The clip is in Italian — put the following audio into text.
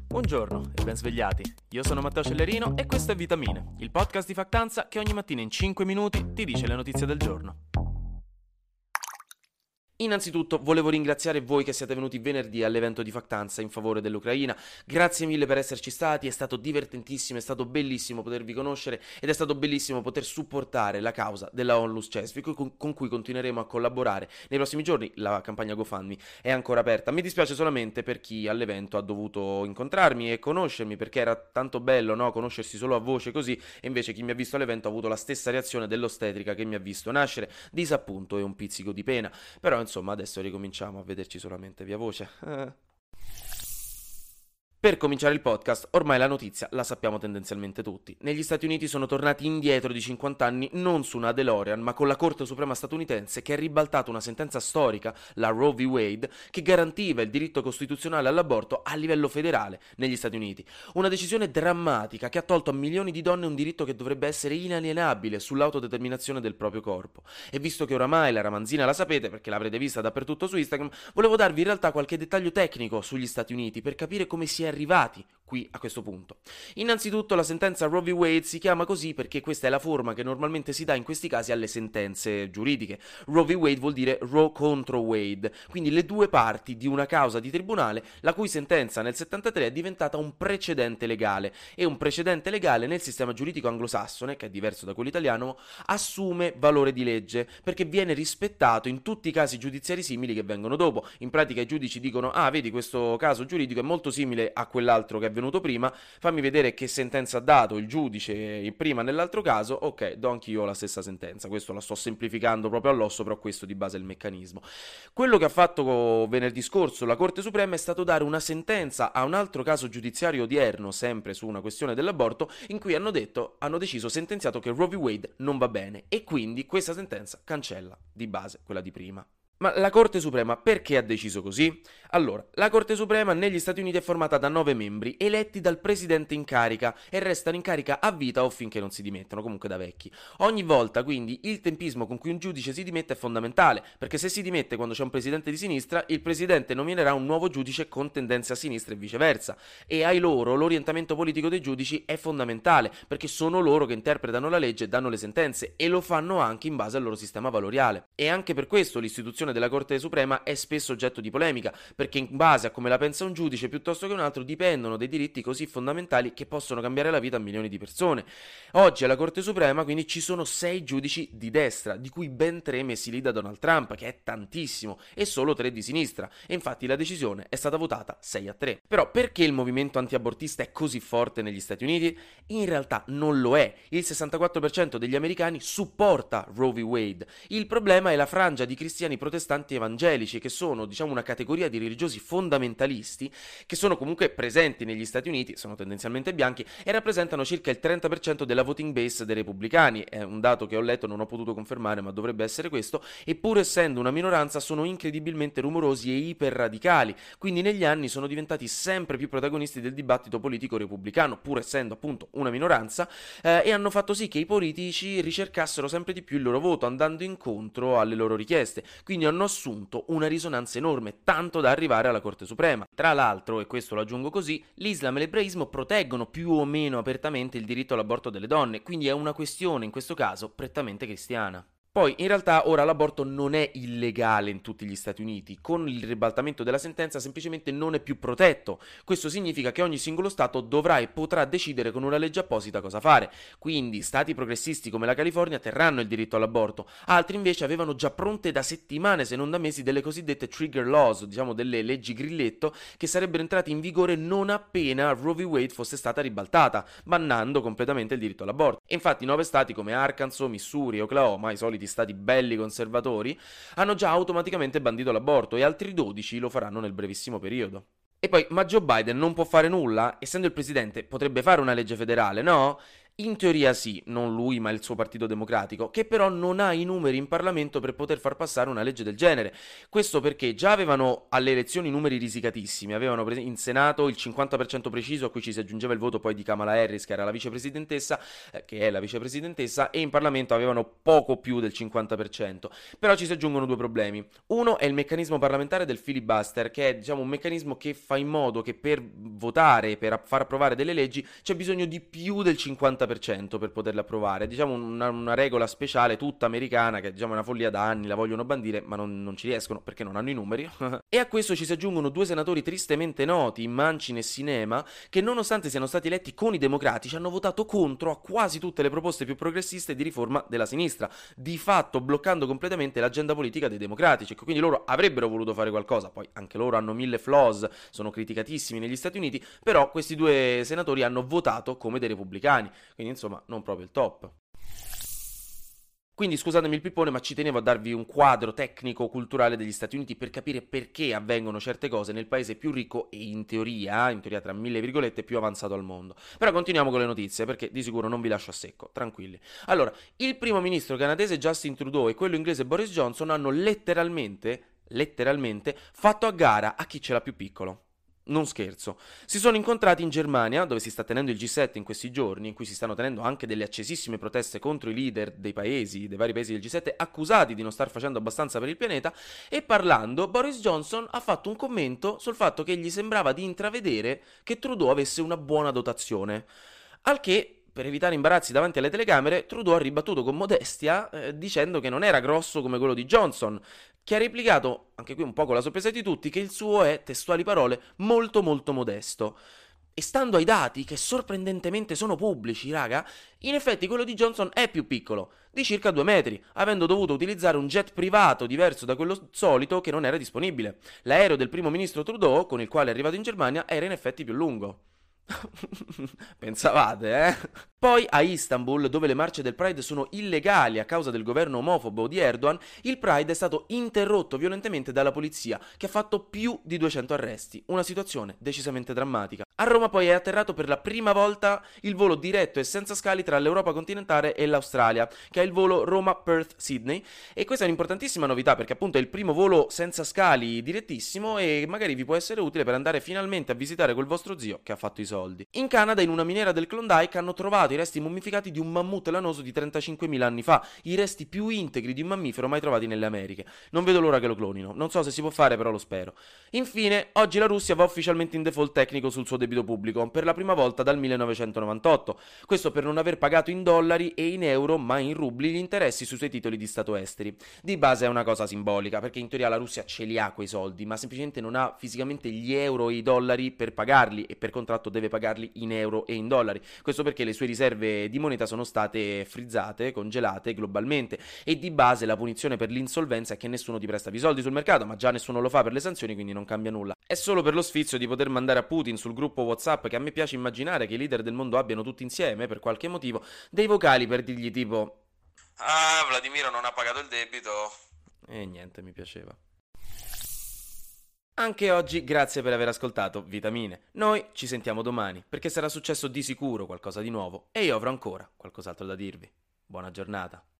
Buongiorno e ben svegliati. Io sono Matteo Cellerino e questo è Vitamine, il podcast di Factanza che ogni mattina in 5 minuti ti dice le notizie del giorno. Innanzitutto volevo ringraziare voi che siete venuti venerdì all'evento di Factanza in favore dell'Ucraina. Grazie mille per esserci stati, è stato divertentissimo, è stato bellissimo potervi conoscere ed è stato bellissimo poter supportare la causa della Onlus CESFI con cui continueremo a collaborare nei prossimi giorni. La campagna GoFundMe è ancora aperta. Mi dispiace solamente per chi all'evento ha dovuto incontrarmi e conoscermi, perché era tanto bello, no? Conoscersi solo a voce così, e invece chi mi ha visto all'evento ha avuto la stessa reazione dell'ostetrica che mi ha visto nascere, disappunto e un pizzico di pena. Però insomma adesso ricominciamo a vederci solamente via voce. Per cominciare il podcast, ormai la notizia la sappiamo tendenzialmente tutti. Negli Stati Uniti sono tornati indietro di 50 anni non su una DeLorean, ma con la Corte Suprema statunitense che ha ribaltato una sentenza storica, la Roe v. Wade, che garantiva il diritto costituzionale all'aborto a livello federale negli Stati Uniti. Una decisione drammatica che ha tolto a milioni di donne un diritto che dovrebbe essere inalienabile sull'autodeterminazione del proprio corpo. E visto che oramai la ramanzina la sapete, perché l'avrete vista dappertutto su Instagram, volevo darvi in realtà qualche dettaglio tecnico sugli Stati Uniti per capire come si è arrivati qui a questo punto. Innanzitutto la sentenza Roe v. Wade si chiama così perché questa è la forma che normalmente si dà in questi casi alle sentenze giuridiche. Roe v. Wade vuol dire Roe contro Wade, quindi le due parti di una causa di tribunale la cui sentenza nel 73 è diventata un precedente legale, e un precedente legale nel sistema giuridico anglosassone, che è diverso da quello italiano, assume valore di legge perché viene rispettato in tutti i casi giudiziari simili che vengono dopo. In pratica i giudici dicono: ah, vedi, questo caso giuridico è molto simile a quell'altro che è venuto prima, fammi vedere che sentenza ha dato il giudice prima nell'altro caso, ok, do anch'io la stessa sentenza. Questo la sto semplificando proprio all'osso, però questo di base è il meccanismo. Quello che ha fatto venerdì scorso la Corte Suprema è stato dare una sentenza a un altro caso giudiziario odierno, sempre su una questione dell'aborto, in cui hanno deciso, sentenziato che Roe v. Wade non va bene, e quindi questa sentenza cancella di base quella di prima. Ma la Corte Suprema perché ha deciso così? Allora, la Corte Suprema negli Stati Uniti è formata da 9 membri eletti dal presidente in carica e restano in carica a vita o finché non si dimettono, comunque da vecchi. Ogni volta quindi il tempismo con cui un giudice si dimette è fondamentale, perché se si dimette quando c'è un presidente di sinistra, il presidente nominerà un nuovo giudice con tendenze a sinistra e viceversa, e ai loro l'orientamento politico dei giudici è fondamentale, perché sono loro che interpretano la legge e danno le sentenze, e lo fanno anche in base al loro sistema valoriale. E anche per questo l'istituzione della Corte Suprema è spesso oggetto di polemica, perché in base a come la pensa un giudice piuttosto che un altro dipendono dei diritti così fondamentali che possono cambiare la vita a milioni di persone. Oggi alla Corte Suprema quindi ci sono 6 giudici di destra, di cui ben 3 messi lì da Donald Trump, che è tantissimo, e solo 3 di sinistra, e infatti la decisione è stata votata 6-3. Però perché il movimento antiabortista è così forte negli Stati Uniti? In realtà non lo è. Il 64% degli americani supporta Roe v. Wade. Il problema è la frangia di cristiani protestanti evangelici, che sono, diciamo, una categoria di religiosi fondamentalisti che sono comunque presenti negli Stati Uniti, sono tendenzialmente bianchi e rappresentano circa il 30% della voting base dei repubblicani. È un dato che ho letto, non ho potuto confermare, ma dovrebbe essere questo, e pur essendo una minoranza sono incredibilmente rumorosi e iperradicali, quindi negli anni sono diventati sempre più protagonisti del dibattito politico repubblicano, pur essendo appunto una minoranza, e hanno fatto sì che i politici ricercassero sempre di più il loro voto, andando incontro alle loro richieste, quindi hanno assunto una risonanza enorme, tanto da arrivare alla Corte Suprema. Tra l'altro, e questo lo aggiungo così, l'Islam e l'ebraismo proteggono più o meno apertamente il diritto all'aborto delle donne, quindi è una questione in questo caso prettamente cristiana. Poi, in realtà, ora l'aborto non è illegale in tutti gli Stati Uniti. Con il ribaltamento della sentenza semplicemente non è più protetto. Questo significa che ogni singolo Stato dovrà e potrà decidere con una legge apposita cosa fare. Quindi, stati progressisti come la California terranno il diritto all'aborto. Altri invece avevano già pronte da settimane, se non da mesi, delle cosiddette trigger laws, diciamo delle leggi grilletto, che sarebbero entrate in vigore non appena Roe v. Wade fosse stata ribaltata, bannando completamente il diritto all'aborto. E infatti 9 stati come Arkansas, Missouri e Oklahoma, i soliti stati belli conservatori, hanno già automaticamente bandito l'aborto, e altri 12 lo faranno nel brevissimo periodo. E poi, ma Joe Biden non può fare nulla? Essendo il presidente, potrebbe fare una legge federale, no? In teoria sì, non lui ma il suo Partito Democratico, che però non ha i numeri in Parlamento per poter far passare una legge del genere. Questo perché già avevano alle elezioni numeri risicatissimi, avevano in Senato il 50% preciso a cui ci si aggiungeva il voto poi di Kamala Harris, che era la vicepresidentessa, che è la vicepresidentessa, e in Parlamento avevano poco più del 50%. Però ci si aggiungono due problemi. Uno è il meccanismo parlamentare del filibuster, che è diciamo un meccanismo che fa in modo che per votare, per far approvare delle leggi, c'è bisogno di più del 50% per poterle approvare. Diciamo una regola speciale tutta americana, che diciamo è una follia da anni, la vogliono bandire, ma non ci riescono perché non hanno i numeri. E a questo ci si aggiungono due senatori tristemente noti, Manchin e Sinema, che nonostante siano stati eletti con i democratici hanno votato contro a quasi tutte le proposte più progressiste di riforma della sinistra, di fatto bloccando completamente l'agenda politica dei democratici. Quindi loro avrebbero voluto fare qualcosa, poi anche loro hanno mille flaws, sono criticatissimi negli Stati Uniti, però questi due senatori hanno votato come dei repubblicani, quindi insomma non proprio il top. Quindi scusatemi il pippone, ma ci tenevo a darvi un quadro tecnico-culturale degli Stati Uniti per capire perché avvengono certe cose nel paese più ricco e in teoria tra mille virgolette, più avanzato al mondo. Però continuiamo con le notizie, perché di sicuro non vi lascio a secco, tranquilli. Allora, il primo ministro canadese Justin Trudeau e quello inglese Boris Johnson hanno letteralmente fatto a gara a chi ce l'ha più piccolo. Non scherzo. Si sono incontrati in Germania, dove si sta tenendo il G7 in questi giorni, in cui si stanno tenendo anche delle accesissime proteste contro i leader dei vari paesi del G7, accusati di non star facendo abbastanza per il pianeta, e parlando, Boris Johnson ha fatto un commento sul fatto che gli sembrava di intravedere che Trudeau avesse una buona dotazione. Al che, per evitare imbarazzi davanti alle telecamere, Trudeau ha ribattuto con modestia, dicendo che non era grosso come quello di Johnson, che ha replicato, anche qui un po' con la sorpresa di tutti, che il suo è, testuali parole, molto molto modesto. E stando ai dati, che sorprendentemente sono pubblici, raga, in effetti quello di Johnson è più piccolo, di circa 2 metri, avendo dovuto utilizzare un jet privato diverso da quello solito che non era disponibile. L'aereo del primo ministro Trudeau, con il quale è arrivato in Germania, era in effetti più lungo. Pensavate, eh? Poi a Istanbul, dove le marce del Pride sono illegali a causa del governo omofobo di Erdogan, il Pride è stato interrotto violentemente dalla polizia, che ha fatto più di 200 arresti, una situazione decisamente drammatica. A Roma poi è atterrato per la prima volta il volo diretto e senza scali tra l'Europa continentale e l'Australia, che è il volo Roma-Perth-Sydney, e questa è un'importantissima novità perché appunto è il primo volo senza scali direttissimo e magari vi può essere utile per andare finalmente a visitare quel vostro zio che ha fatto i soldi. In Canada, in una miniera del Klondike, hanno trovato i resti mummificati di un mammut lanoso di 35.000 anni fa, i resti più integri di un mammifero mai trovati nelle Americhe. Non vedo l'ora che lo clonino, non so se si può fare, però lo spero. Infine, oggi la Russia va ufficialmente in default tecnico sul suo debito pubblico, per la prima volta dal 1998. Questo per non aver pagato in dollari e in euro, ma in rubli, gli interessi sui suoi titoli di Stato esteri. Di base è una cosa simbolica, perché in teoria la Russia ce li ha quei soldi, ma semplicemente non ha fisicamente gli euro e i dollari per pagarli, e per contratto deve pagarli in euro e in dollari. Questo perché le sue riserve di moneta sono state frizzate, congelate globalmente, e di base la punizione per l'insolvenza è che nessuno ti presta più soldi sul mercato, ma già nessuno lo fa per le sanzioni, quindi non cambia nulla. È solo per lo sfizio di poter mandare a Putin sul gruppo WhatsApp, che a me piace immaginare che i leader del mondo abbiano tutti insieme, per qualche motivo, dei vocali per dirgli tipo: ah, Vladimiro non ha pagato il debito. E niente, mi piaceva. Anche oggi grazie per aver ascoltato Vitamine. Noi ci sentiamo domani, perché sarà successo di sicuro qualcosa di nuovo e io avrò ancora qualcos'altro da dirvi. Buona giornata.